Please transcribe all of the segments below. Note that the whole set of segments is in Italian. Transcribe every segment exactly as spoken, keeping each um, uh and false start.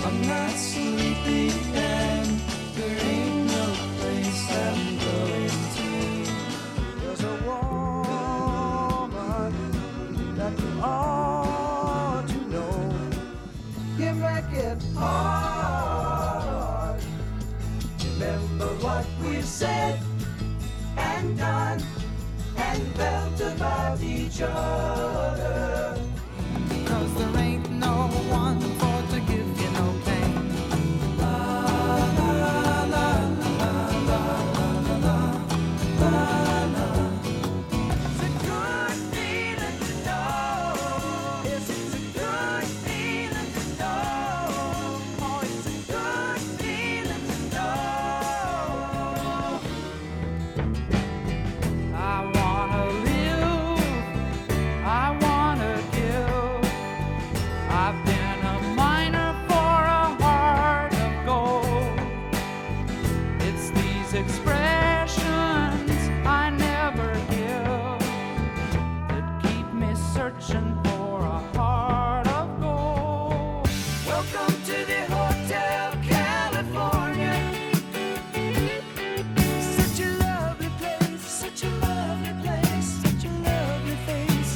I'm not sleepy and there ain't no place I'm going to. There's a woman that you ought to know. You make it hard. Remember what we've said and done and felt about each other. 'Cause there ain't no one for to give you no pain. La la la la la la la la. It's a good feeling to know. Yes, it's a good feeling to know. Oh, it's a good feeling to know. I wanna live, I wanna give. I've been a miner for a heart of gold. It's these expressions I never give that keep me searching for a heart of gold. Welcome to the Hotel California. Such a lovely place, such a lovely place, such a lovely face.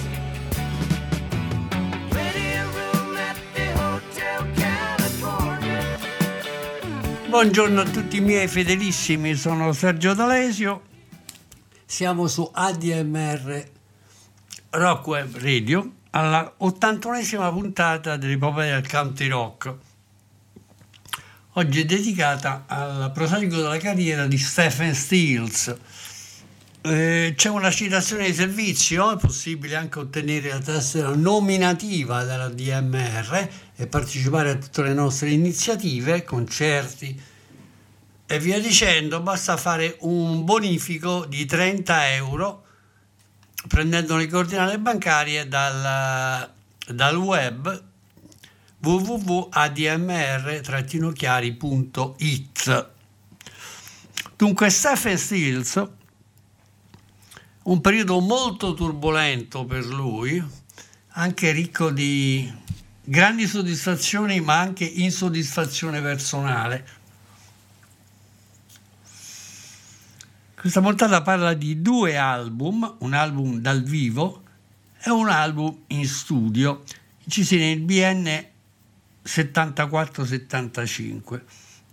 Ready a room at the Hotel California. Buongiorno a tutti i miei fedelissimi, sono Sergio D'Alesio. Siamo su A D M R Rock Web Radio alla ottantunesima puntata dell'Epopea del Country Rock. Oggi è dedicata al proseguo della carriera di Stephen Stills. Eh, c'è una citazione di servizio, è possibile anche ottenere la tessera nominativa della D M R e partecipare a tutte le nostre iniziative, concerti e via dicendo. Basta fare un bonifico di trenta euro prendendo le coordinate bancarie dal, dal web w w w punto a d m r chiari punto i t. Dunque, Stephen Stills, un periodo molto turbolento per lui, anche ricco di grandi soddisfazioni ma anche insoddisfazione personale. Questa puntata parla di due album, un album dal vivo e un album in studio, incisi nel biennio settantaquattro settantacinque.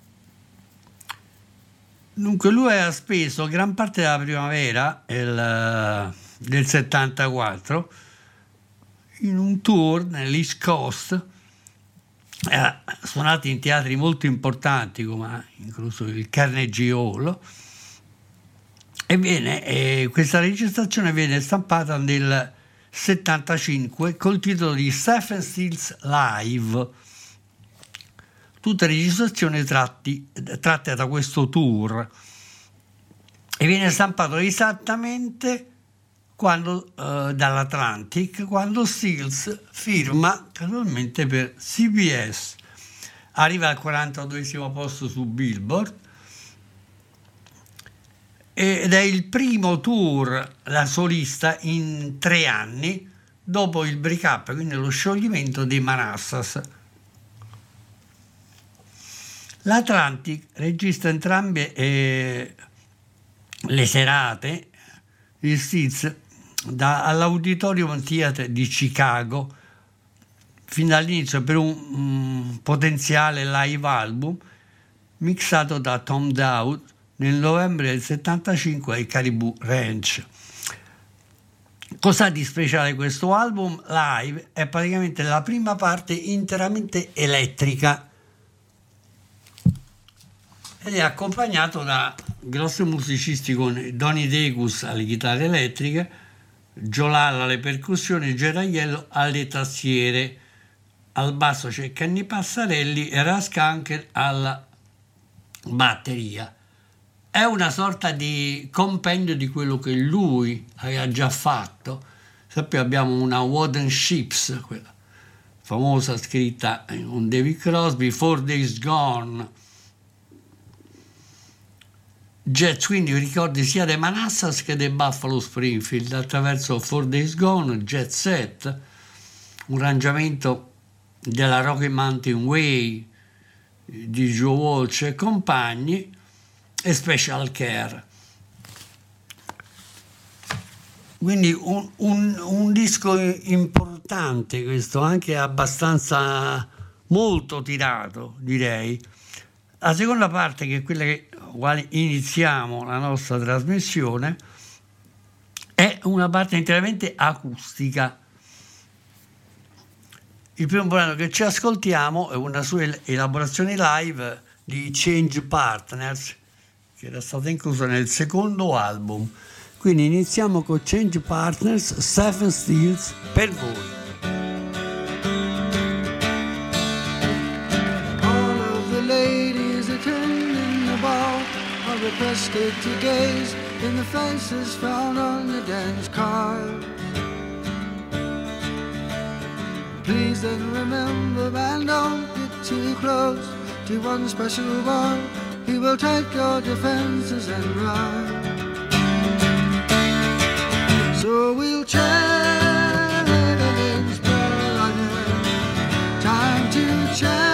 Dunque lui ha speso gran parte della primavera il, del settantaquattro in un tour nell'East Coast, ha suonato in teatri molto importanti come incluso il Carnegie Hall, e viene, eh, questa registrazione viene stampata nel settantacinque col titolo di Stephen Stills Live. Tutte registrazioni tratti, tratte da questo tour, e viene stampato esattamente quando, eh, dall'Atlantic, quando Stills firma casualmente per C B S, arriva al quarantaduesimo posto su Billboard ed è il primo tour da solista in tre anni dopo il break-up, quindi lo scioglimento dei Manassas. L'Atlantic registra entrambe eh, le serate di Stills da, all'Auditorium Theatre di Chicago fin dall'inizio per un, un potenziale live album mixato da Tom Dowd nel novembre del settantacinque ai Caribou Ranch. Cos'ha di speciale questo album live? È praticamente la prima parte interamente elettrica ed è accompagnato da grossi musicisti con Donny Degus alle chitarre elettriche, Joe Lalla alle percussioni, Geraiello alle tastiere, al basso c'è Kenny Passarelli e Ras Kanker alla batteria. È una sorta di compendio di quello che lui aveva già fatto. Sappiamo, abbiamo una Wooden Ships, quella famosa scritta con David Crosby, Four Days Gone. Jazz, quindi ricordi sia dei Manassas che dei Buffalo Springfield attraverso Four Days Gone, Jet Set, un arrangiamento della Rocky Mountain Way, di Joe Walsh e compagni, e Special Care. Quindi un, un, un disco importante questo, anche abbastanza molto tirato, direi. La seconda parte, che è quella che quale iniziamo la nostra trasmissione, è una parte interamente acustica. Il primo brano che ci ascoltiamo è una sua elaborazione live di Change Partners, che era stata inclusa nel secondo album. Quindi iniziamo con Change Partners, Stephen Stills, per voi. All of the ladies attending the ball are requested to gaze in the faces found on the dance card. Please then remember and don't get too close to one special one. He will take your defenses and run. So we'll change partner. Time to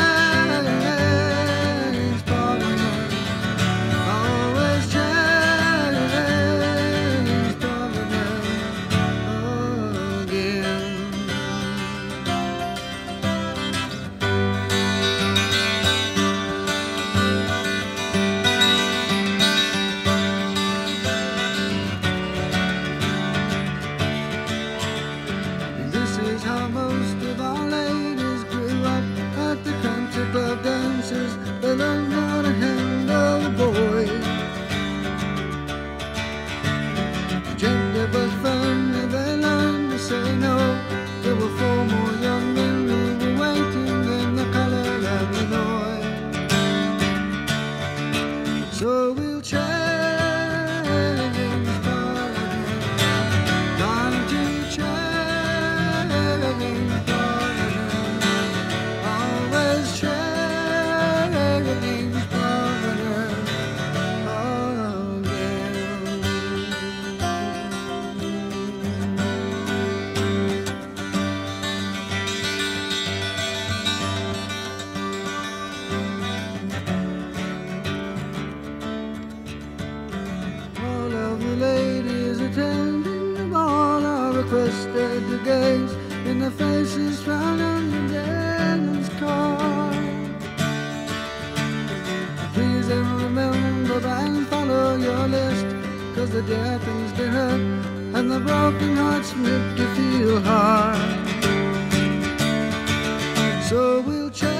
change partner. Always change partner again. They learn how to handle a boy. Gently but firmly they learn to say no. There were four more young men who were waiting in the color Illinois. So we'll change partner. Time to change partner. Always change. Requested to gaze in the faces found on the dance card. Please then remember and follow your list, cause the dear things get hurt and the broken hearts make you feel hard. So we'll change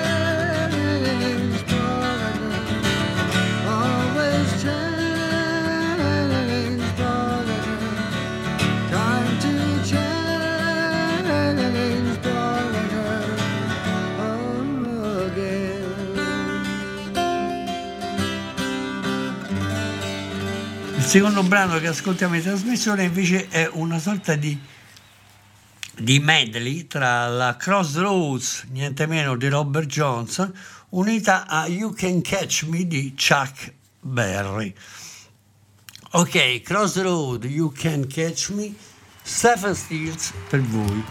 partner. Always change. Il secondo brano che ascoltiamo in trasmissione invece è una sorta di, di medley tra la Crossroads, niente meno, di Robert Johnson, unita a You Can Catch Me di Chuck Berry. Ok, Crossroads, You Can Catch Me, Stephen Stills per voi.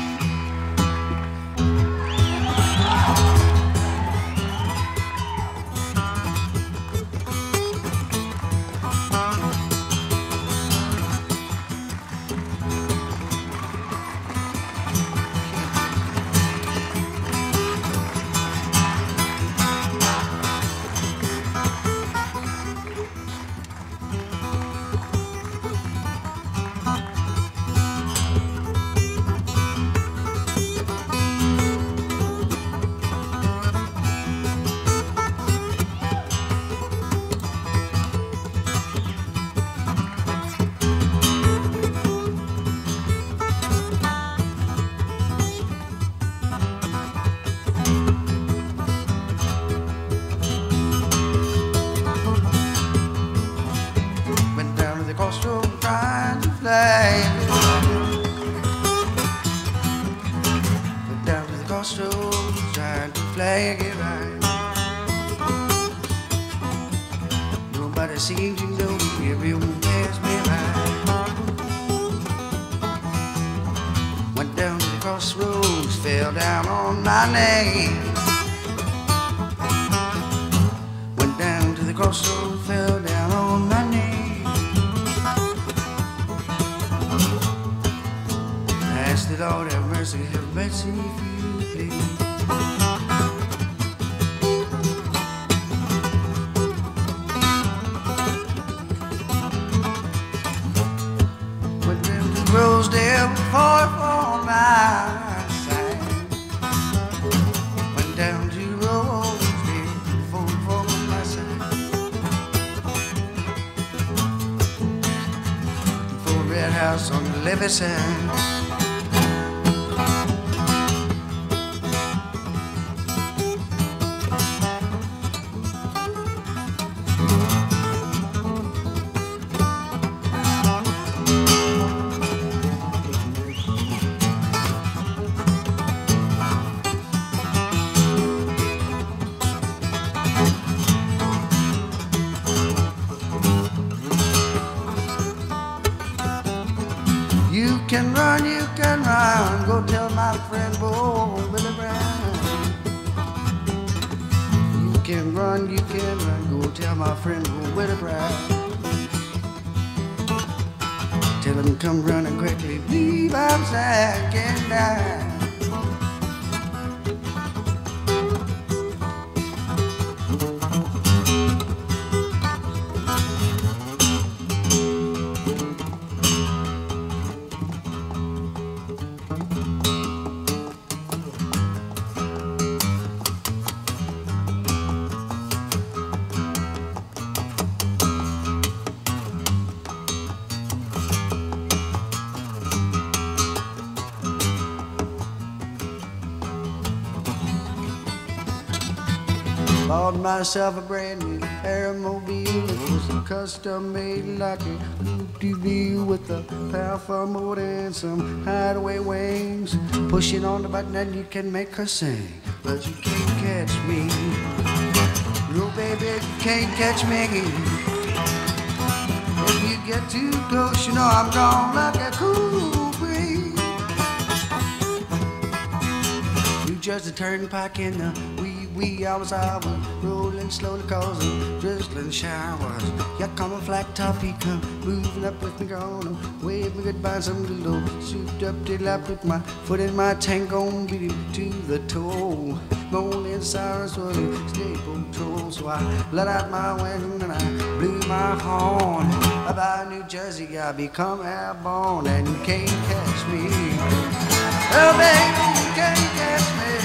Seems you know everyone passed me by. Went down to the crossroads, fell down on my knees. the crossroad, fell down on my knees. I asked the Lord have mercy, have mercy if you please. Went down to Rosedale, far from my side. Went down to Rosedale, far from my side. For a red house on the levee side. You can run, you can run, go tell my friend Bo Billy Brown. You can run, you can run, go tell my friend Bo Billy Brown. Tell him come running quickly, leave outside and die. Bought myself a brand new Airmobile. It was custom made like a T V with a powerful motor and some hideaway wings. Pushing on the button and you can make her sing, but you can't catch me. No baby, you can't catch me. If you get too close, you know I'm gone like a cool breeze. You just a turnpike in the wee wee hours. I was rolling slowly causing drizzling showers. You come a flat top, he come moving up with me, gonna wave me goodbye. Some little souped up daylight with my foot in my tank, gonna beat him to the toe. Morning sirens for the state patrol, so I let out my window and I blew my horn. About New Jersey, I become airborne, and you can't catch me. Oh baby, you can't catch me.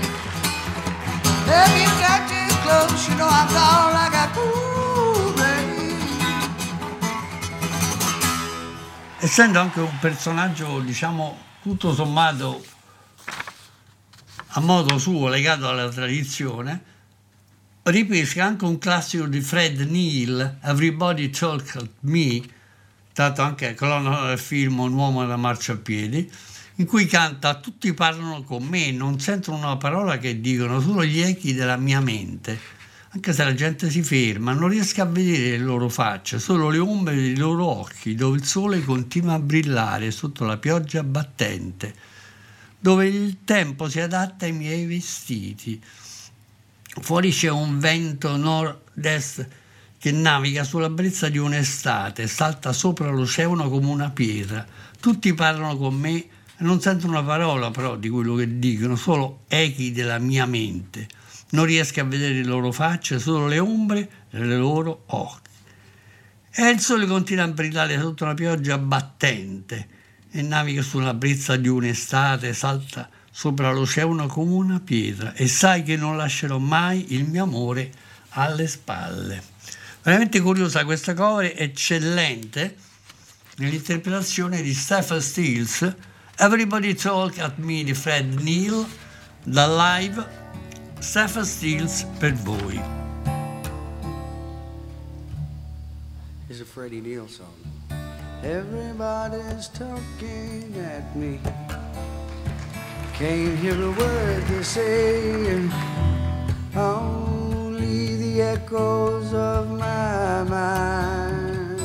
If you got too close, you know I'm gone like a cool breeze. Essendo anche un personaggio, diciamo, tutto sommato a modo suo legato alla tradizione, ripesca anche un classico di Fred Neil, Everybody Talk at Me, dato anche colonna del film Un uomo da marciapiedi, in cui canta "Tutti parlano con me, non sentono una parola che dicono, solo gli echi della mia mente. Anche se la gente si ferma, non riesco a vedere le loro facce, solo le ombre dei loro occhi, dove il sole continua a brillare sotto la pioggia battente, dove il tempo si adatta ai miei vestiti. Fuori c'è un vento nord-est che naviga sulla brezza di un'estate, salta sopra l'oceano come una pietra. Tutti parlano con me e non sento una parola però di quello che dicono, solo echi della mia mente. Non riesco a vedere le loro facce, solo le ombre dei loro occhi. E il sole continua a brillare sotto una pioggia battente e naviga sulla brezza di un'estate, salta sopra l'oceano come una pietra, e sai che non lascerò mai il mio amore alle spalle. Veramente curiosa questa cover, eccellente nell'interpretazione di Stephen Stills, Everybody Talk at Me di Fred Neil, da live Stephen Stills per voi. It's a Freddie Neil song. Everybody's talking at me. Can't hear a word they're saying. Only the echoes of my mind.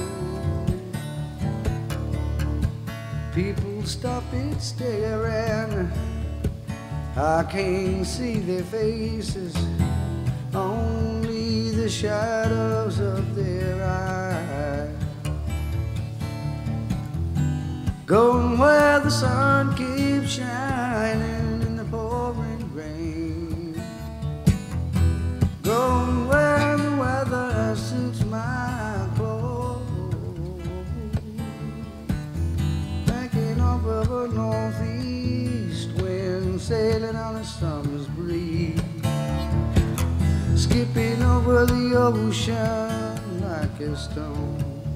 People stop it staring. I can't see their faces. Only see the shadows of their eyes, going where the sun keeps shining in the pouring rain, going where the weather suits my clothes, banking off of a northeast wind, sailing on a summer's breeze, skipping over the ocean like a stone.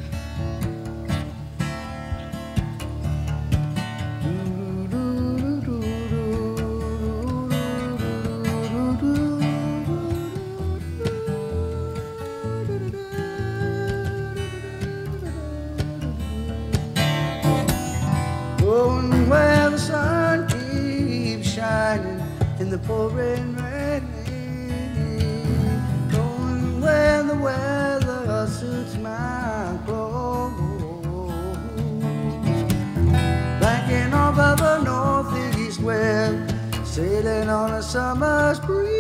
Going where the sun keeps shining in the pouring rain, going where the weather suits my clothes, banking off of the northeast wind, sailing on a summer's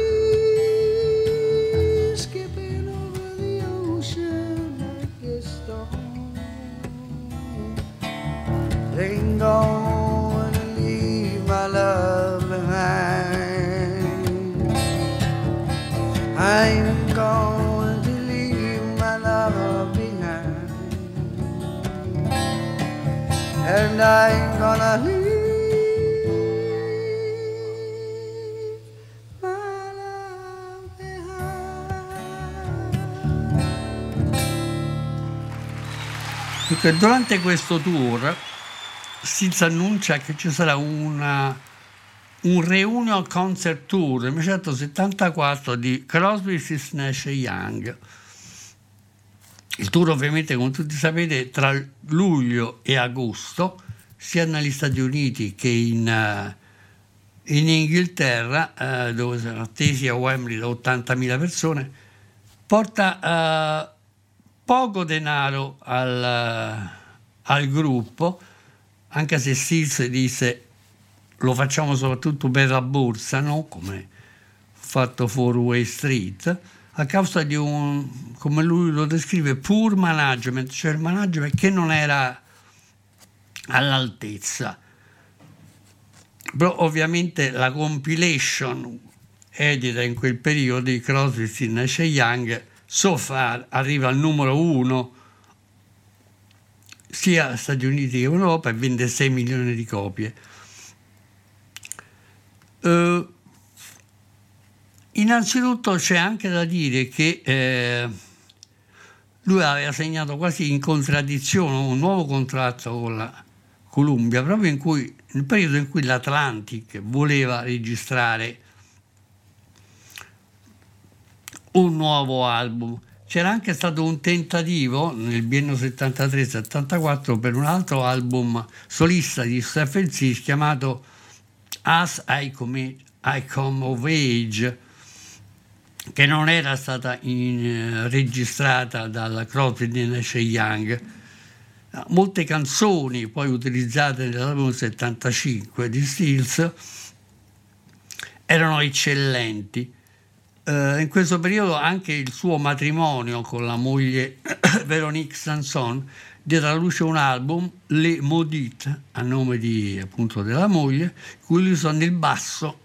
breeze, skipping over the ocean like a stone. Ain't gonna leave my love behind, I ain't going to leave my love behind, and I ain't gonna leave my love behind. Perché durante questo tour si annuncia che ci sarà una, un reunion concert tour nel millenovecentosettantaquattro di Crosby, Stills, Nash e Young. Il tour, ovviamente, come tutti sapete, tra luglio e agosto, sia negli Stati Uniti che in, uh, in Inghilterra, uh, dove sono attesi a Wembley da ottantamila persone, porta uh, poco denaro al, uh, al gruppo, anche se Stills disse lo facciamo soprattutto per la borsa, no? Come fatto Four Way Street, a causa di un, come lui lo descrive, poor management, cioè il management che non era all'altezza. Però ovviamente la compilation edita in quel periodo di Crosby, Stills, Nash e Young, so far, arriva al numero uno sia Stati Uniti che Europa e vende sei milioni di copie. Uh, innanzitutto c'è anche da dire che eh, lui aveva segnato quasi in contraddizione un nuovo contratto con la Columbia, proprio in cui, nel periodo in cui l'Atlantic voleva registrare un nuovo album. C'era anche stato un tentativo nel biennio settantatré settantaquattro per un altro album solista di Stephen Stills chiamato As I Come, I Come of Age, che non era stata in, eh, registrata dalla Crosby, Nash e Young. Molte canzoni poi utilizzate nell'album settantacinque di Stills erano eccellenti. Uh, in questo periodo anche il suo matrimonio con la moglie Veronique Sanson diede alla luce un album, Le Maudite, a nome di, appunto, della moglie, cui lui suona il basso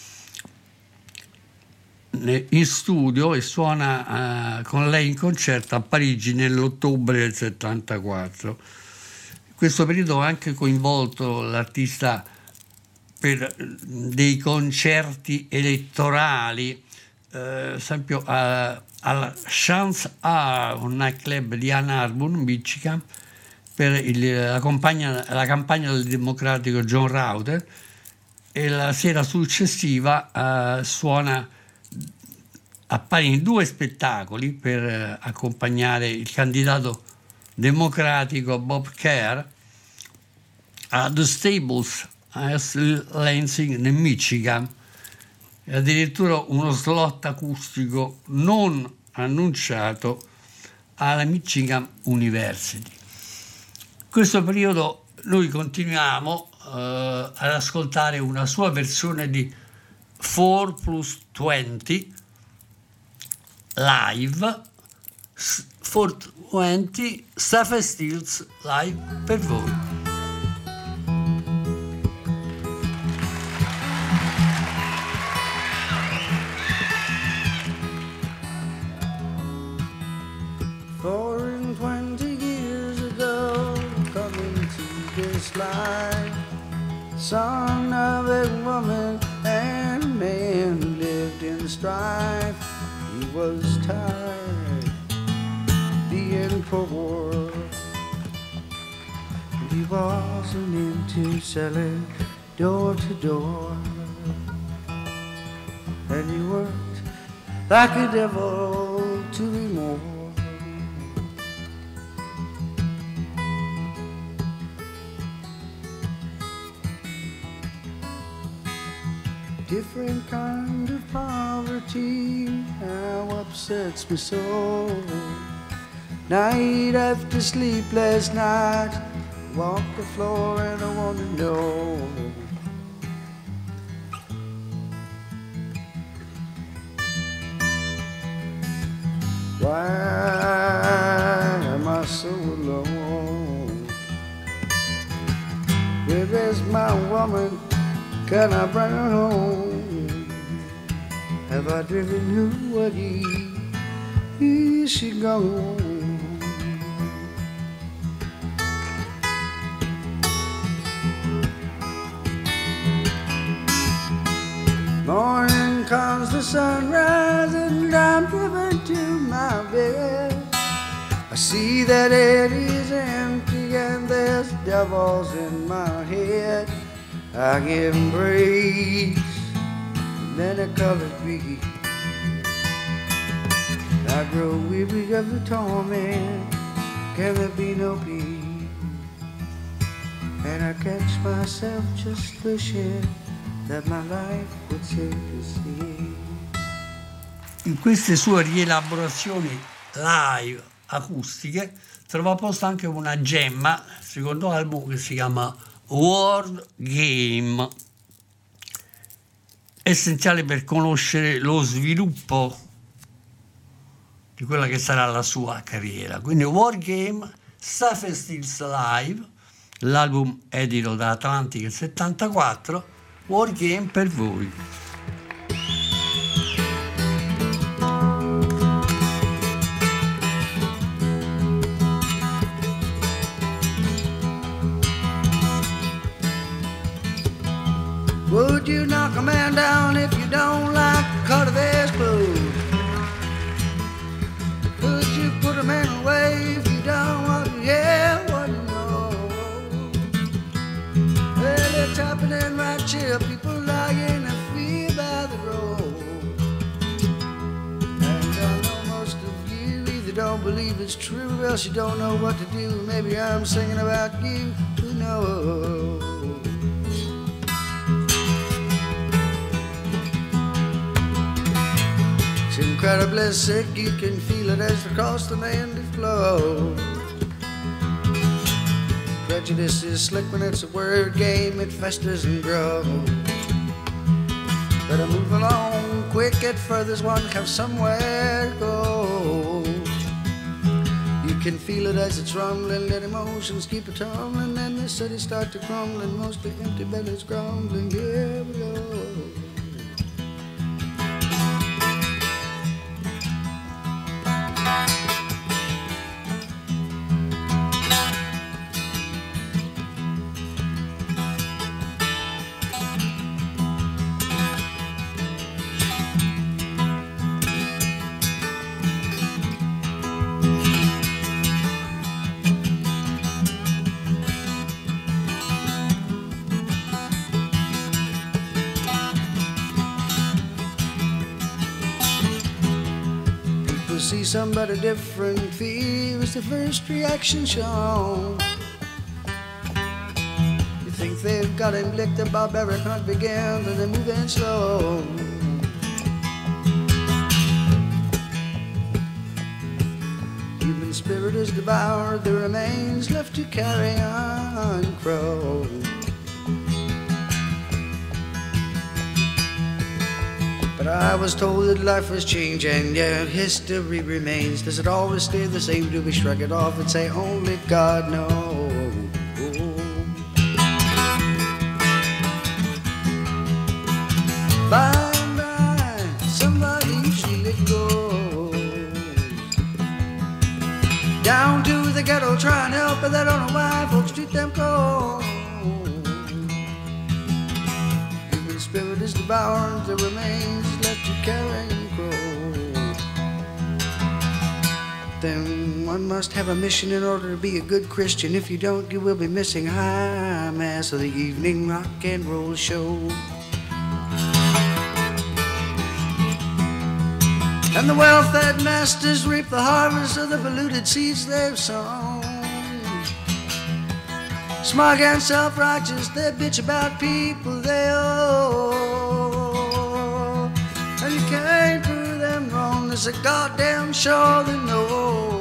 in studio e suona uh, con lei in concerto a Parigi nell'ottobre del settantaquattro. In questo periodo ha anche coinvolto l'artista per dei concerti elettorali, Uh, esempio uh, alla Chance A, un nightclub di Ann Arbor, Michigan, per il, la, campagna, la campagna del democratico John Rauter, e la sera successiva uh, suona, appare in due spettacoli per uh, accompagnare il candidato democratico Bob Kerr a The Stables a Lansing, nel Michigan. Addirittura uno slot acustico non annunciato alla Michigan University. In questo periodo noi continuiamo uh, ad ascoltare una sua versione di four plus twenty, live, quattrocentoventi Stephen Stills live per voi. Four and twenty years ago, coming to this life, son of a woman and man lived in strife. He was tired being poor. He wasn't into selling door to door, and he worked like a devil to be more. Different kind of poverty now upsets me so. Night after sleepless night, walk the floor and I want to know, why am I so alone? Where is my woman? Can I bring her home? Have I driven her away? Is she gone? Morning comes the sunrise and I'm driven to my bed. I see that it is empty and there's devils in my head. I give him praise, and then it colors me. I grow weary of the torment, can there be no peace? And I catch myself just wishing that my life would take a seat. In queste sue rielaborazioni live acustiche trova posto anche una gemma, secondo album, che si chiama War Game, essenziale per conoscere lo sviluppo di quella che sarà la sua carriera. Quindi War Game, Stephen Stills Live, l'album edito da Atlantic nel settantaquattro, War Game per voi. Would you knock a man down if you don't like the cut of his clothes? Could you put a man away if you don't want to hear what you know? Well, it's happening right here, people lying in fear by the road. And I know most of you either don't believe it's true or else you don't know what to do. Maybe I'm singing about you, who knows? Incredibly sick, you can feel it as across the land it flows. Prejudice is slick when it's a word game, it festers and grows. Better move along quick, it furthers one, have somewhere to go. You can feel it as it's rumbling, let emotions keep it tumbling, then the city start to crumble, and mostly empty bellies grumbling. Here we go. See somebody different, fear is the first reaction shown. You think they've got him licked, the barbaric hunt begins and they're moving slow. Human spirit is devoured, the remains left to carry on crow. But I was told that life was changed and yet history remains. Does it always stay the same? Do we shrug it off and say only God knows? Bye bye, somebody usually goes down to the ghetto, try and help, but they don't know why folks treat them cold. Human spirit is devouring the remains left to carry and grow. Then one must have a mission in order to be a good Christian. If you don't, you will be missing high mass of the evening rock and roll show. And the wealth that masters reap the harvest of the polluted seeds they've sown. Smug and self-righteous, they bitch about people they owe. And you can't prove them wrong, there's a goddamn sure they know.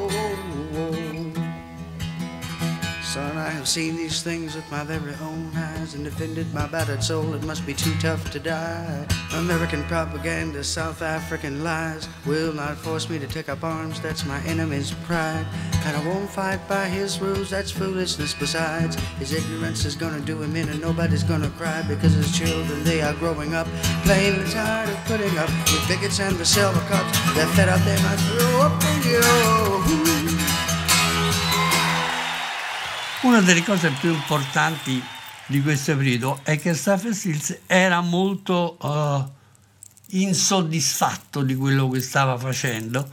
Son, I have seen these things with my very own eyes and defended my battered soul. It must be too tough to die. American propaganda, South African lies will not force me to take up arms. That's my enemy's pride. And I won't fight by his rules, that's foolishness. Besides, his ignorance is gonna do him in and nobody's gonna cry, because his children, they are growing up plain tired of putting up with bigots and the silver cups. They're fed up, they might throw up on you. Una delle cose più importanti di questo periodo è che Stephen Stills era molto uh, insoddisfatto di quello che stava facendo.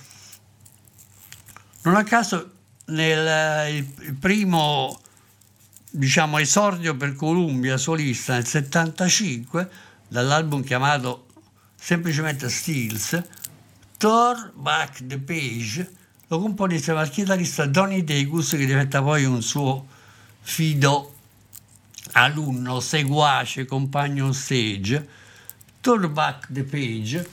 Non a caso nel il, il primo, diciamo, esordio per Columbia solista nel settantacinque, dall'album chiamato semplicemente Stills, Turn Back the Page, lo compone insieme al chitarrista Donny Degus, che diventa poi un suo fido alunno, seguace, compagno on stage. Turn Back the Page,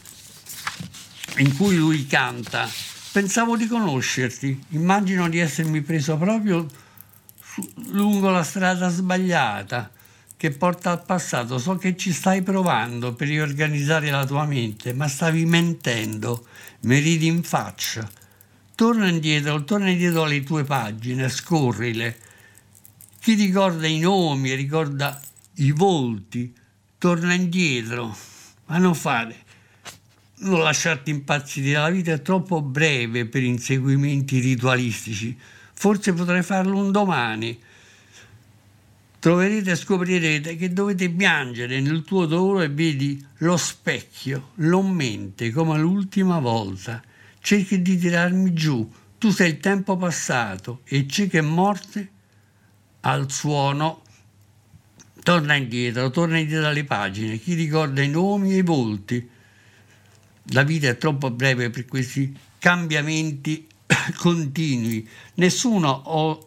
in cui lui canta: pensavo di conoscerti, immagino di essermi preso proprio su, lungo la strada sbagliata che porta al passato. So che ci stai provando per riorganizzare la tua mente, ma stavi mentendo, mi ridi in faccia. Torna indietro, torna indietro alle tue pagine, scorrile. Chi ricorda i nomi, ricorda i volti, torna indietro, ma non fare, non lasciarti impazzire, la vita è troppo breve per inseguimenti ritualistici, forse potrai farlo un domani. Troverete e scoprirete che dovete piangere nel tuo dolore e vedi lo specchio, non mente come l'ultima volta. Cerchi di tirarmi giù, tu sei il tempo passato e cieca e morte al suono. Torna indietro, torna indietro alle pagine, chi ricorda i nomi e i volti. La vita è troppo breve per questi cambiamenti continui. Nessuno o,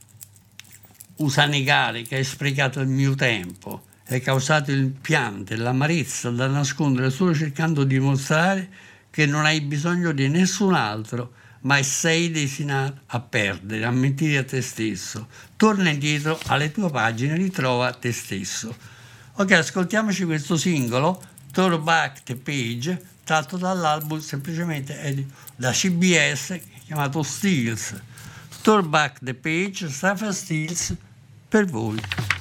usa negare che hai sprecato il mio tempo, hai causato il pianto e l'amarezza da nascondere solo cercando di dimostrare che non hai bisogno di nessun altro, ma sei destinato a perdere, a mentire a te stesso. Torna indietro alle tue pagine, ritrova te stesso. Ok, ascoltiamoci questo singolo, Turn Back the Page, tratto dall'album semplicemente da C B S chiamato Stills. Turn Back the Page, Stephen Stills, per voi.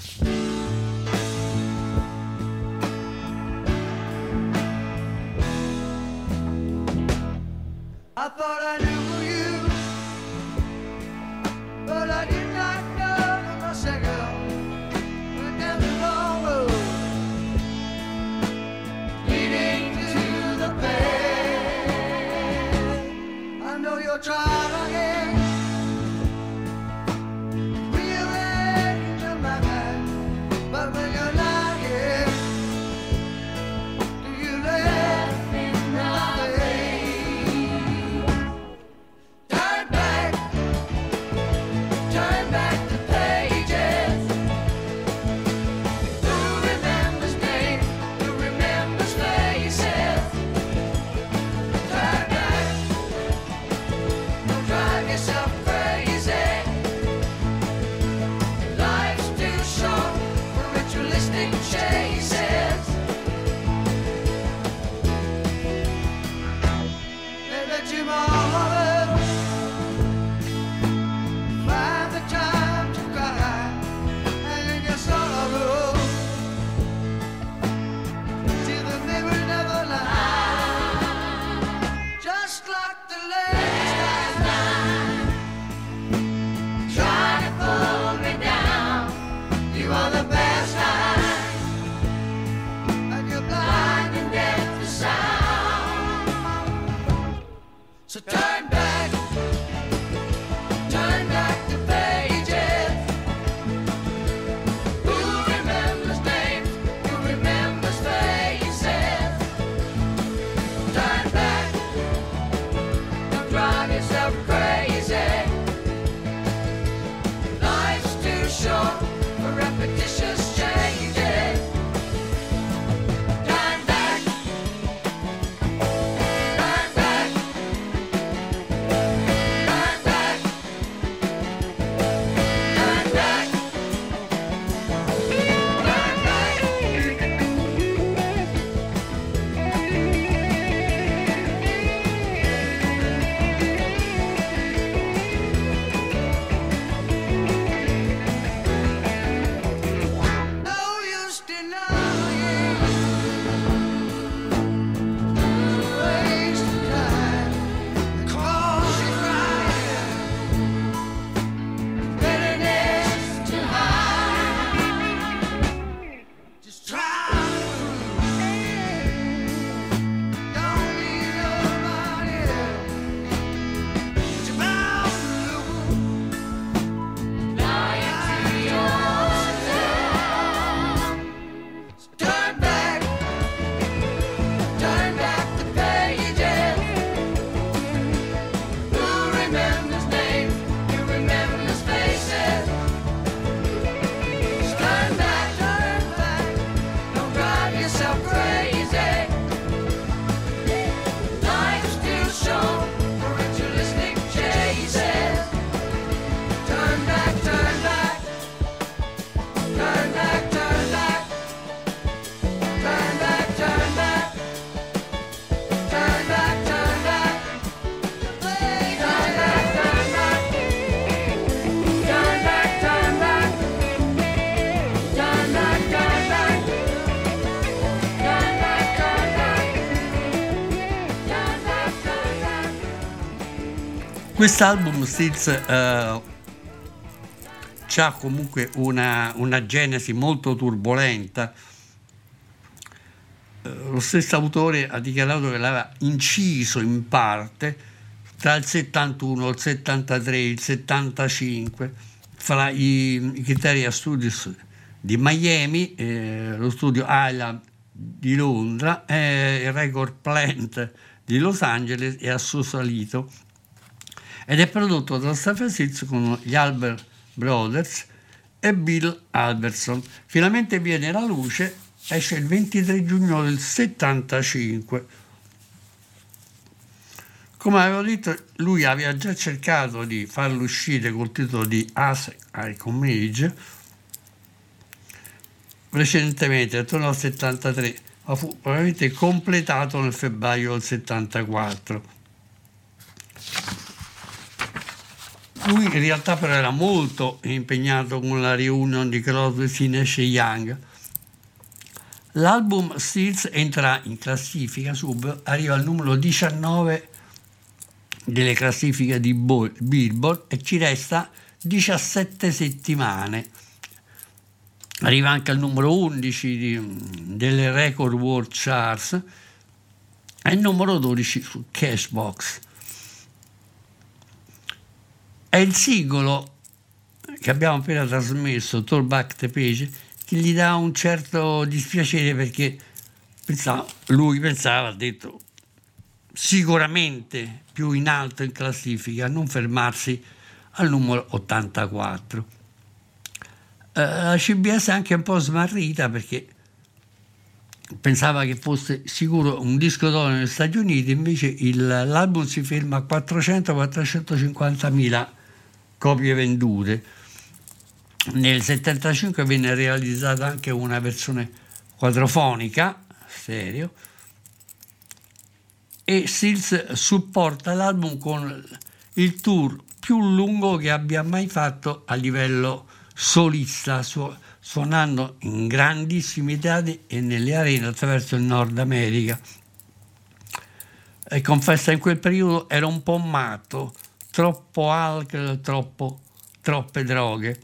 I thought I knew you, but I did not know the second. We're down the long road, leading to the pain. I know you're trying again, rearrange your mind, but when you're not here, do you let me know? you more. Find the time to cry and your sorrow. Till the mirror never lies. Just like the last time. Try to pull me down. You are the best time. And you're blind and deaf to sound. So turn back. Turn back the pages. Who remembers names? Who remembers faces? Turn back. Don't drive yourself crazy. Life's too short for repetitious changes. Turn back. Turn back. Turn back. Turn back. No use denying. Waste of time. Cause you crying. Bitterness to hide. Just try to prove. Don't need nobody else. But you're bound to lose. Lying to yourself. So turn back. Turn back the pages. Who remembers names? Who remembers faces? Just turn back, turn back. Don't drive yourself crazy. Life's too short for ritualistic chases. Turn back, turn back. Turn back, turn back. Turn back, turn back. Turn back, turn back. Turn back, turn back. Turn back, turn back. Turn back, turn back. Turn back, turn back. Turn back, turn back. Quest'album Stills eh, c'ha comunque una, una genesi molto turbolenta. Eh, lo stesso autore ha dichiarato che l'aveva inciso in parte tra il settantuno, il settantatré, il settantacinque, fra i, i Criteria Studios di Miami, eh, lo studio Island di Londra, eh, il Record Plant di Los Angeles e a Sausalito, ed è prodotto da Stephen Stills con gli Albert Brothers e Bill Albertson. Finalmente viene alla luce, esce il ventitré giugno del settantacinque. Come avevo detto, lui aveva già cercato di farlo uscire col titolo di As I Come Age precedentemente, attorno al settantatré, ma fu probabilmente completato nel febbraio del settantaquattro. Lui in realtà però era molto impegnato con la reunion di Crosby, Nash e Young. L'album Stills entra in classifica subito, arriva al numero diciannove delle classifiche di Billboard e ci resta diciassette settimane. Arriva anche al numero undici di, delle Record World Charts e il numero dodici su Cashbox. È il singolo che abbiamo appena trasmesso, Turn Back the Page, che gli dà un certo dispiacere perché pensava, lui pensava, ha detto, sicuramente più in alto in classifica, non fermarsi al numero ottantaquattro. Eh, la C B S è anche un po' smarrita perché pensava che fosse sicuro un disco d'oro negli Stati Uniti, invece il, l'album si ferma a quattrocento quattrocentocinquantamila copie vendute. Nel settantacinque venne realizzata anche una versione quadrofonica, stereo, e Stills supporta l'album con il tour più lungo che abbia mai fatto a livello solista, su- suonando in grandissimi teatri e nelle arene attraverso il Nord America. E confessa, in quel periodo era un po' matto, troppo alcol, troppo, troppe droghe.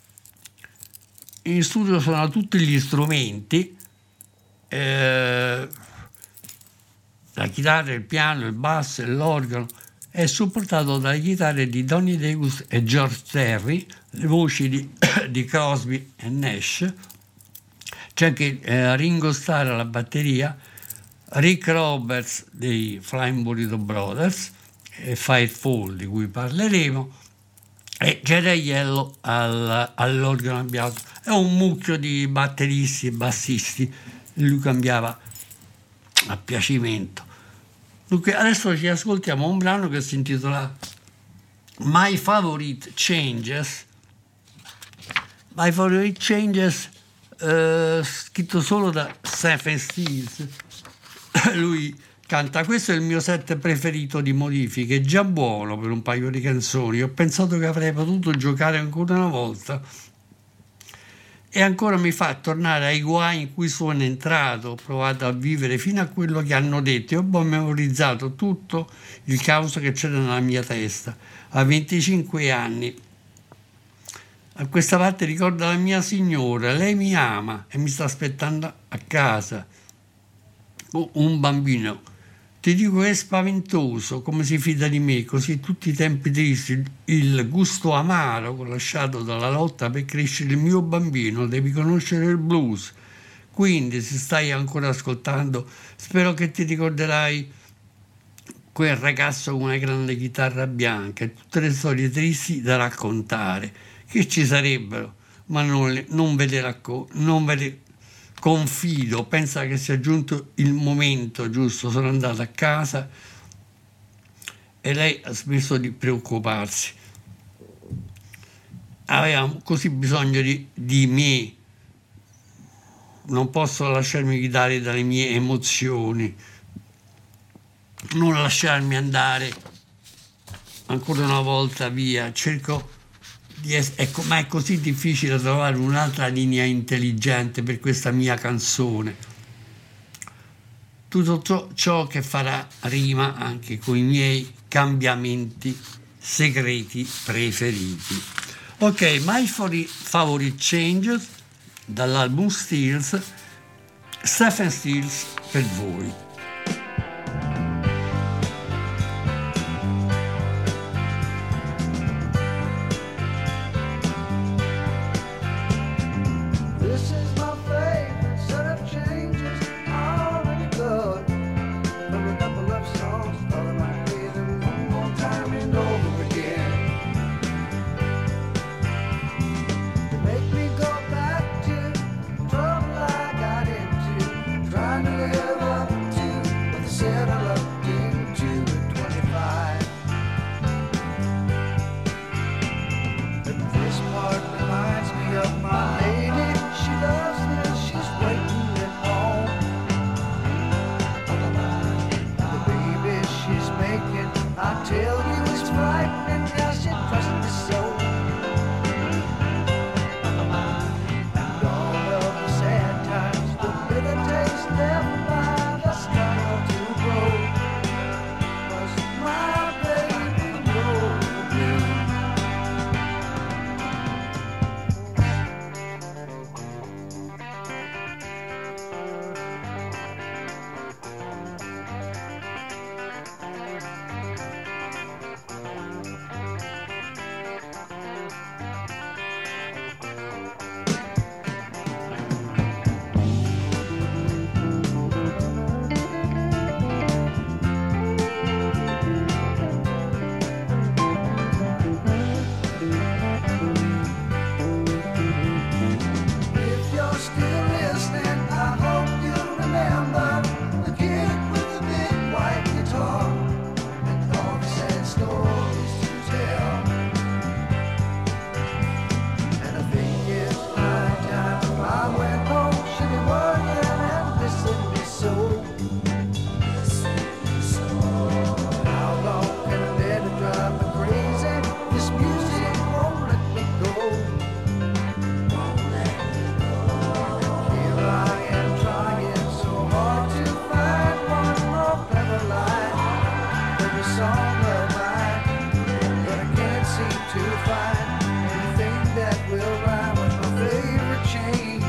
In studio suona tutti gli strumenti, eh, la chitarra, il piano, il basso e l'organo, è supportato dalle chitarre di Donnie Davis e George Terry, le voci di, di Crosby e Nash. C'è anche eh, Ringo Starr alla batteria, Rick Roberts dei Flying Burrito Brothers e Firefall, di cui parleremo, e Jerry Aiello al, all'organo cambiato. È un mucchio di batteristi e bassisti, lui cambiava a piacimento. Dunque adesso ci ascoltiamo un brano che si intitola My Favorite Changes. My Favorite Changes, eh, scritto solo da Stephen Stills. Lui canta: questo è il mio set preferito di modifiche, già buono per un paio di canzoni, ho pensato che avrei potuto giocare ancora una volta e ancora mi fa tornare ai guai in cui sono entrato, ho provato a vivere fino a quello che hanno detto e ho memorizzato tutto il caos che c'era nella mia testa a venticinque anni. A questa parte ricordo la mia signora, lei mi ama e mi sta aspettando a casa. Un bambino, ti dico che è spaventoso come si fida di me, così tutti i tempi tristi, il gusto amaro lasciato dalla lotta per crescere il mio bambino, devi conoscere il blues. Quindi, se stai ancora ascoltando, spero che ti ricorderai quel ragazzo con una grande chitarra bianca e tutte le storie tristi da raccontare, che ci sarebbero, ma non, le, non ve le racconto, non ve le confido, pensa che sia giunto il momento giusto, sono andato a casa e lei ha smesso di preoccuparsi. Aveva così bisogno di, di me, non posso lasciarmi guidare dalle mie emozioni, non lasciarmi andare ancora una volta via, cerco di essere, ecco, ma è così difficile trovare un'altra linea intelligente per questa mia canzone. Tutto ciò, ciò che farà rima anche con i miei cambiamenti segreti preferiti. Ok, My Favorite Changes dall'album Stills, Stephen Stills per voi. favorite song of mine, but I can't seem to find anything that will rhyme with my favorite changes.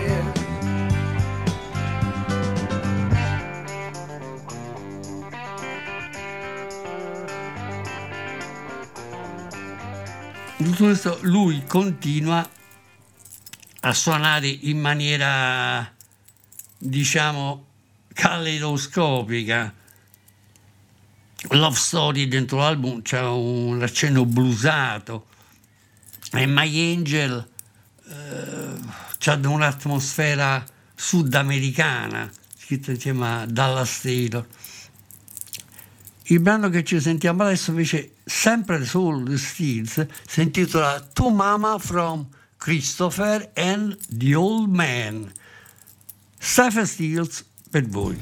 Tutto questo lui continua a suonare in maniera, diciamo, caleidoscopica. Love Story dentro l'album c'è un accenno bluesato e My Angel eh, c'ha un'atmosfera sudamericana scritta insieme a Dallas Taylor. Il brano che ci sentiamo adesso invece, sempre Soul Steels, si intitola To Mama from Christopher and the Old Man. Stephen Stills per voi.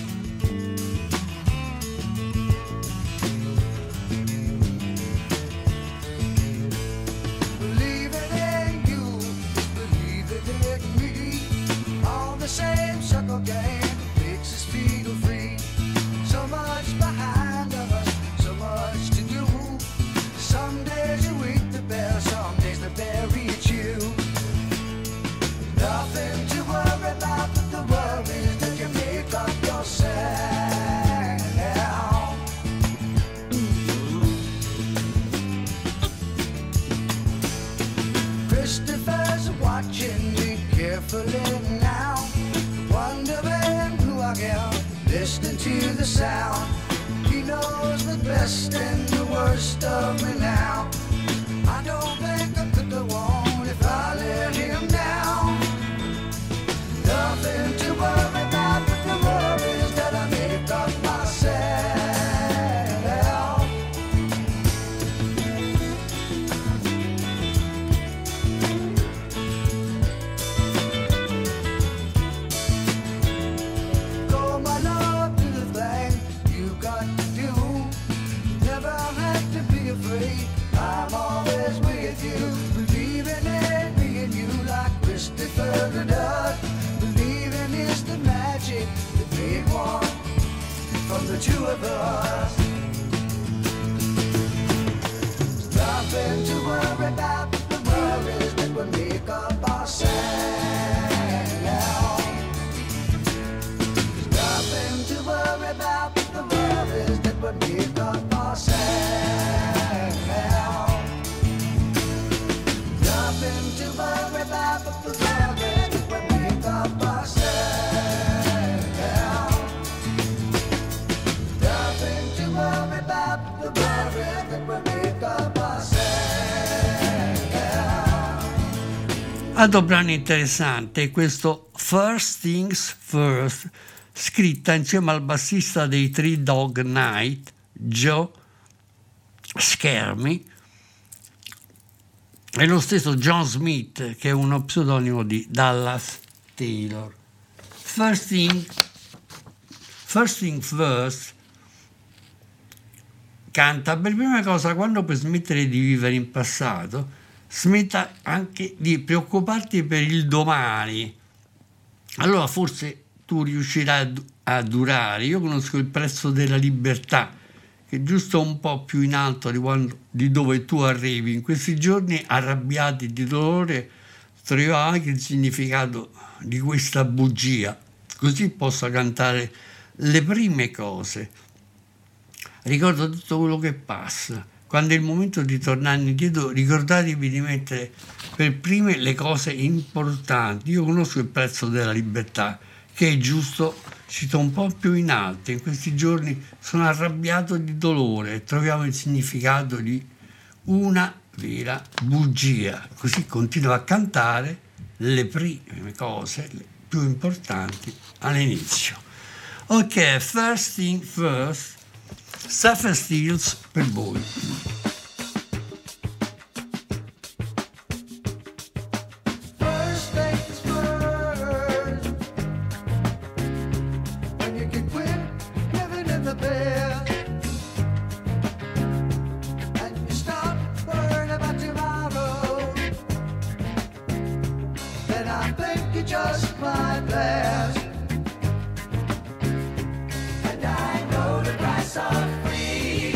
Same circle game makes us feel free. So much behind of us, so much to do. Some days you eat the bear, some days the bear eats you. Nothing to worry about but the worries that you make up yourself. Christopher's watching me carefully now, wondering who I am, listening to the sound. He knows the best and the worst of me now. I don't think I could go on if I let him down. Nothing to worry about but the worries that I make up myself. I'm always with you, believing in me and you like Christopher does. Believing is the magic that we want from the two of us. Nothing to worry about but the worries that we make up ourselves. Nothing to worry about but the worries that we make up ourselves. Nothing to worry about but the worries that we make up ourselves. Nothing to worry about but the worries that we make up ourselves. Altro brano interessante è questo First Things First, scritta insieme al bassista dei Three Dog Night, Joe Schermi, e lo stesso John Smith, che è uno pseudonimo di Dallas Taylor. First Thing, First Thing First canta per prima cosa: quando puoi smettere di vivere in passato, smetta anche di preoccuparti per il domani, allora forse tu riuscirai a durare. Io conosco il prezzo della libertà, che è giusto un po' più in alto di, quando, di dove tu arrivi. In questi giorni arrabbiati di dolore trovo anche il significato di questa bugia, così posso cantare le prime cose. Ricordo tutto quello che passa. Quando è il momento di tornare indietro, ricordatevi di mettere per prime le cose importanti. Io conosco il prezzo della libertà, che è giusto ci sto un po' più in alto. In questi giorni sono arrabbiato di dolore e troviamo il significato di una vera bugia. Così continuo a cantare le prime cose, le più importanti all'inizio. Ok, First Thing First, Stephen Stills per voi. Just my best, and I know the price of freedom.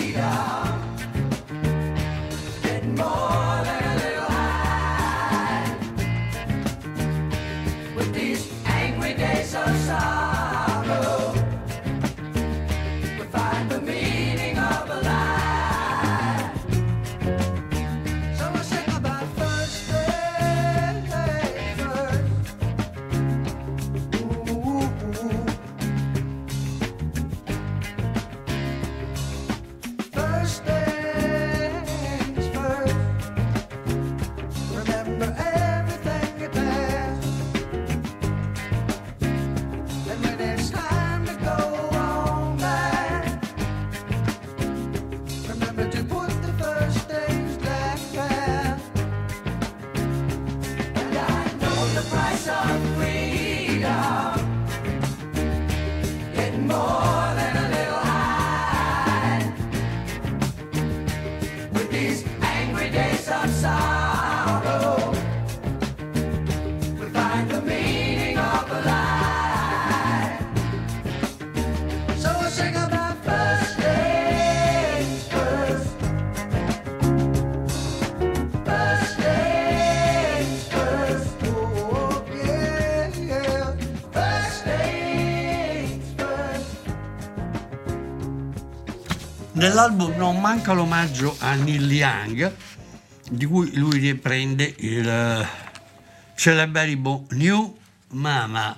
Nell'album non manca l'omaggio a Neil Young, di cui lui riprende il celeberrimo New Mama.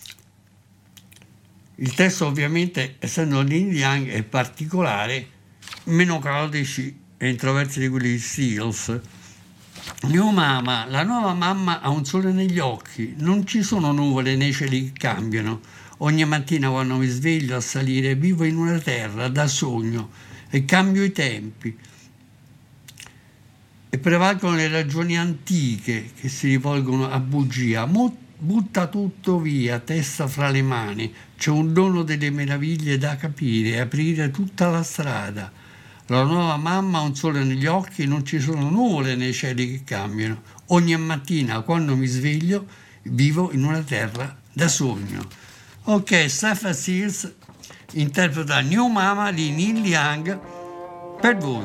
Il testo, ovviamente, essendo Neil Young, è particolare, meno caotici e introversi di quelli di Steels. New Mama, la nuova mamma ha un sole negli occhi, non ci sono nuvole nei cieli che cambiano. Ogni mattina quando mi sveglio a salire vivo in una terra da sogno e cambio i tempi. E prevalgono le ragioni antiche che si rivolgono a bugia. Mo- butta tutto via, testa fra le mani. C'è un dono delle meraviglie da capire, aprire tutta la strada. La nuova mamma ha un sole negli occhi, non ci sono nuvole nei cieli che cambiano. Ogni mattina quando mi sveglio vivo in una terra da sogno. Ok, Stephen Stills interpreta New Mama di Neil Young per voi.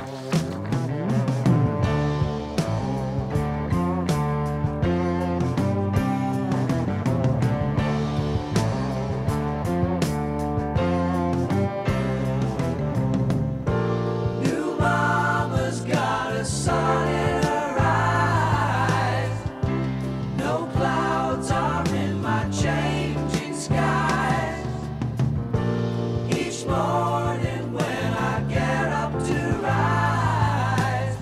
Morning when I get up to rise,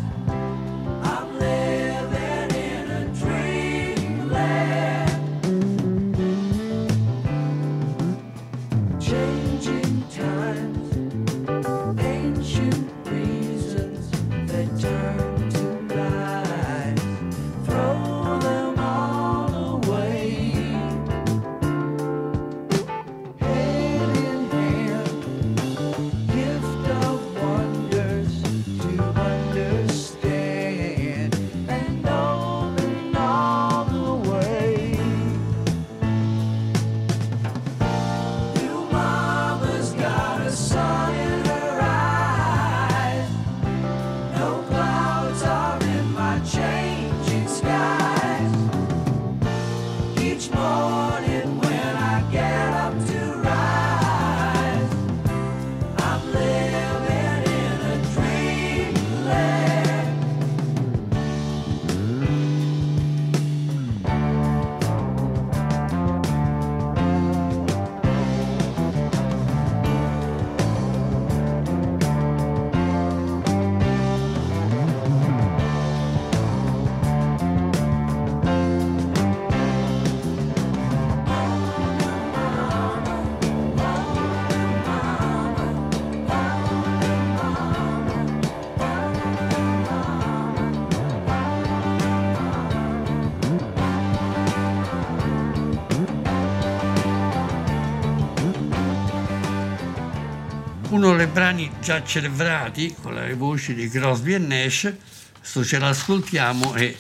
uno dei brani già celebrati con le voci di Crosby e Nash, questo ce l'ascoltiamo, è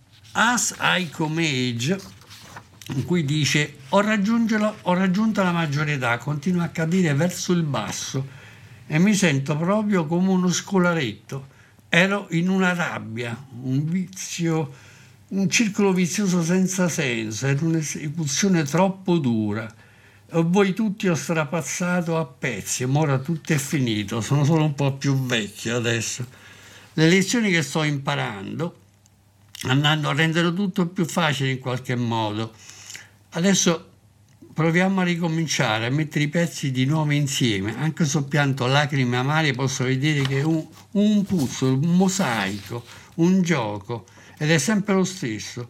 As I Come Age, in cui dice: ho, ho raggiunto la maggiore età, continuo a cadere verso il basso e mi sento proprio come uno scolaretto. Ero in una rabbia, un vizio, un circolo vizioso senza senso, era un'esecuzione troppo dura. E voi tutti ho strapazzato a pezzi, ma ora tutto è finito, sono solo un po' più vecchio adesso. Le lezioni che sto imparando andando a rendere tutto più facile in qualche modo. Adesso proviamo a ricominciare, a mettere i pezzi di nuovo insieme. Anche soppianto lacrime amare posso vedere che è un, un puzzle, un mosaico, un gioco, ed è sempre lo stesso.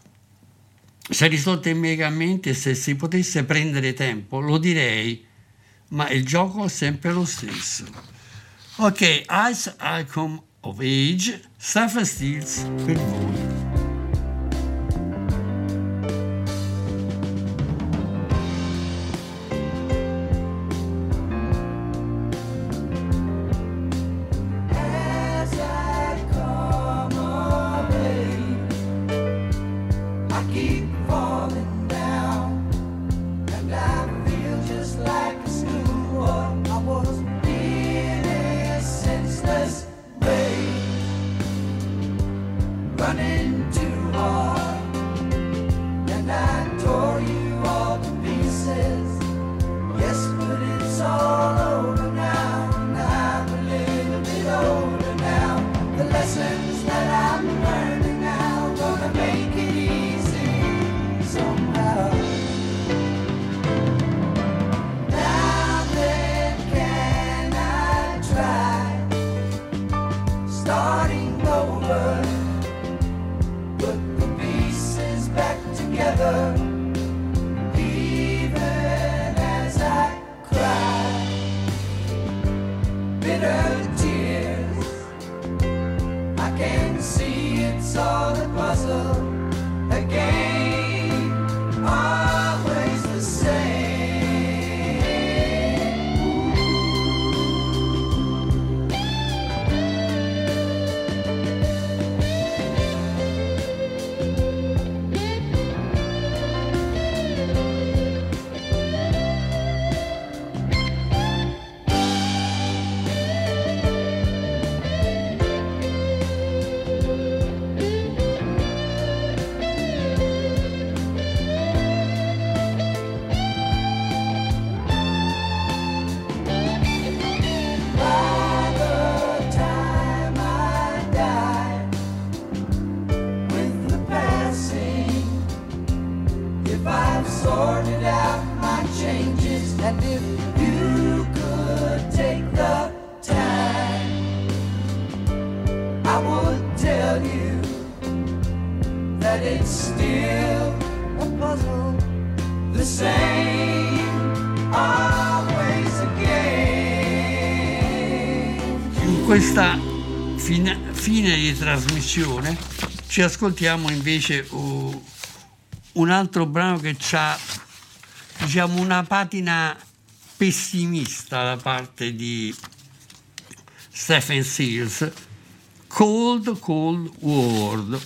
Se risolto immediatamente, se si potesse prendere tempo, lo direi, ma il gioco è sempre lo stesso. Ok, As I Come of Age, Stephen Stills per voi. Yes, but it's all over now, and I believe lessons that I'm learning now, gonna make it easy somehow. Now then, can I try starting over, put the pieces back together, even as I cry bitter tears. I can see it's all a puzzle again, always the same. By the time I die, with the passing, if I've sorted out my changes, and if you could take the time, I would tell you that it's still a puzzle, the same, always again. In questa fine, fine di trasmissione ci ascoltiamo invece uh, un altro brano che ha, diciamo, una patina pessimista da parte di Stephen Stills, Cold Cold World,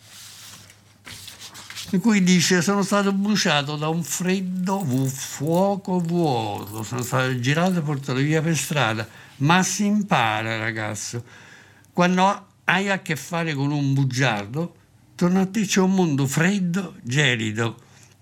in cui dice: sono stato bruciato da un freddo vu- fuoco vuoto, sono stato girato e portato via per strada, ma si impara, ragazzo. Quando hai a che fare con un bugiardo, torno a te c'è un mondo freddo, gelido.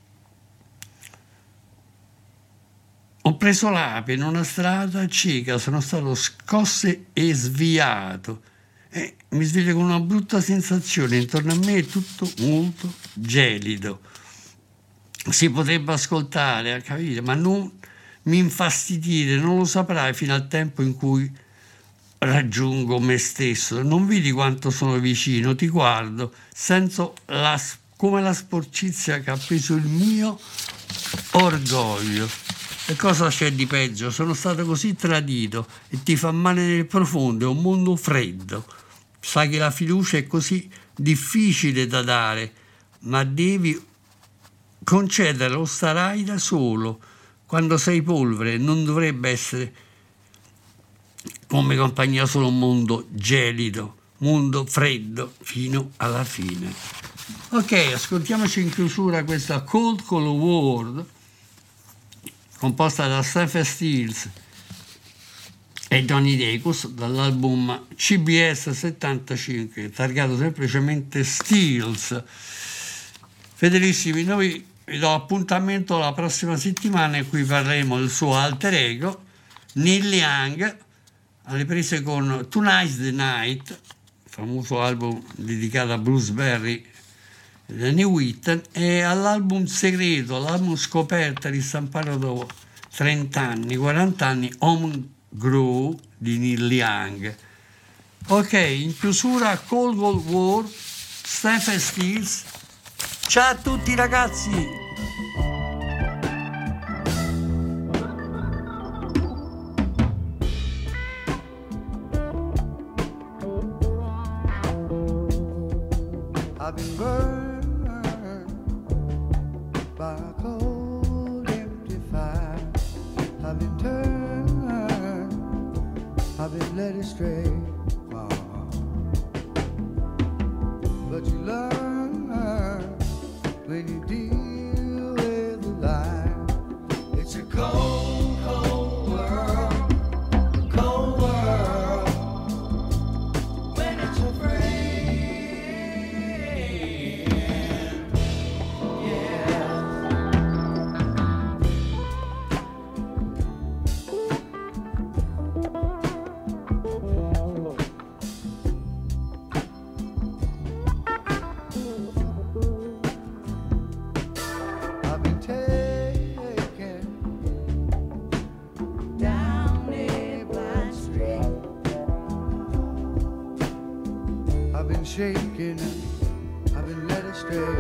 Ho preso l'ape in una strada cieca, sono stato scosso e sviato. E mi sveglio con una brutta sensazione, intorno a me è tutto molto gelido. Si potrebbe ascoltare, a capire, ma non mi infastidire, non lo saprai fino al tempo in cui raggiungo me stesso. Non vedi quanto sono vicino, ti guardo, sento la, come la sporcizia che ha preso il mio orgoglio. E cosa c'è di peggio? Sono stato così tradito e ti fa male nel profondo, è un mondo freddo. Sai che la fiducia è così difficile da dare, ma devi concederla o starai da solo. Quando sei polvere non dovrebbe essere come compagnia solo un mondo gelido, mondo freddo fino alla fine. Ok, ascoltiamoci in chiusura questa Cold Cold World, composta da Stephen Stills e Donny Dacus, dall'album C B S settantacinque, targato semplicemente Stills. Fedelissimi, noi vi do appuntamento la prossima settimana in cui parleremo del suo alter ego, Neil Young, alle prese con Tonight's the Night, famoso album dedicato a Bruce Berry e Danny Whitten, e all'album segreto, l'album scoperta ristampato dopo trenta anni, quaranta anni, Home Grow di Neil Young. Ok, in chiusura Cold Cold War, Stephen Stills. Ciao a tutti ragazzi! I've been burned by a cold, empty fire. I've been turned, I've been led astray far. But you learn when you deal with the lie. It's a cold, cold world, a cold world when it's afraid. been shaken, I've been led astray.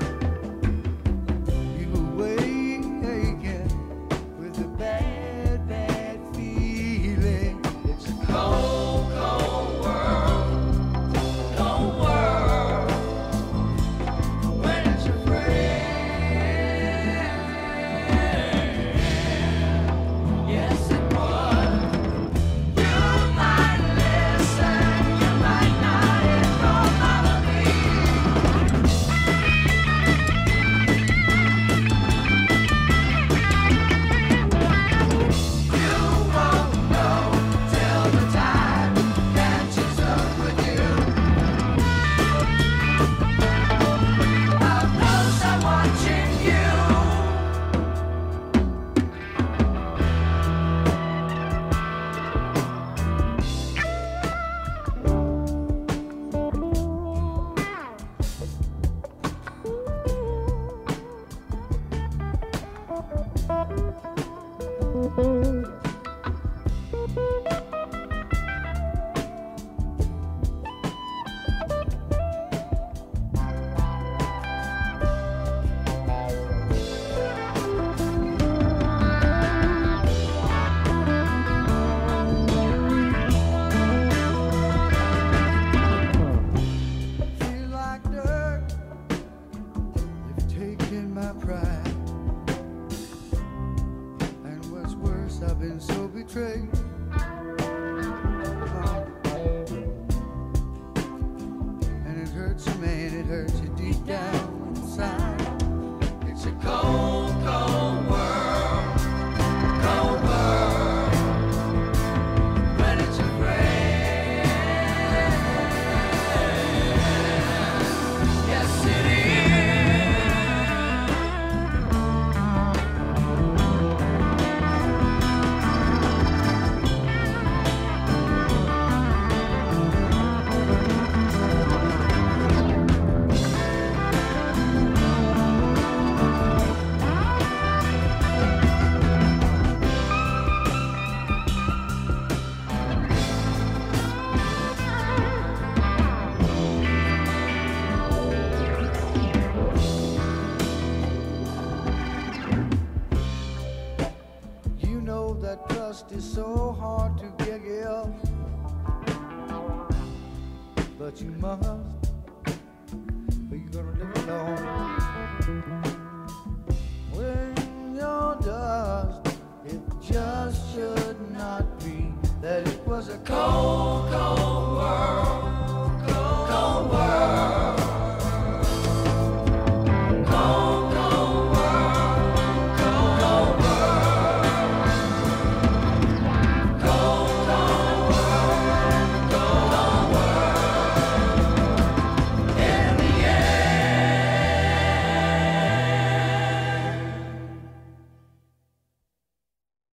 You awaken with a bad, bad feeling. It's a cold, cold world, cold world, when it's your friend. Yes, it was. You might listen, you might not, it don't bother me. You won't know till the tide catches up with you. How close I'm watching you. Feel like dirt. They've taken my pride. And what's worse, I've been so betrayed. And it hurts you, man, it hurts you deep down inside. It's a cold, cold world, cold world, when it's your friend. Yes, it is. You know that trust is so hard to give, but you must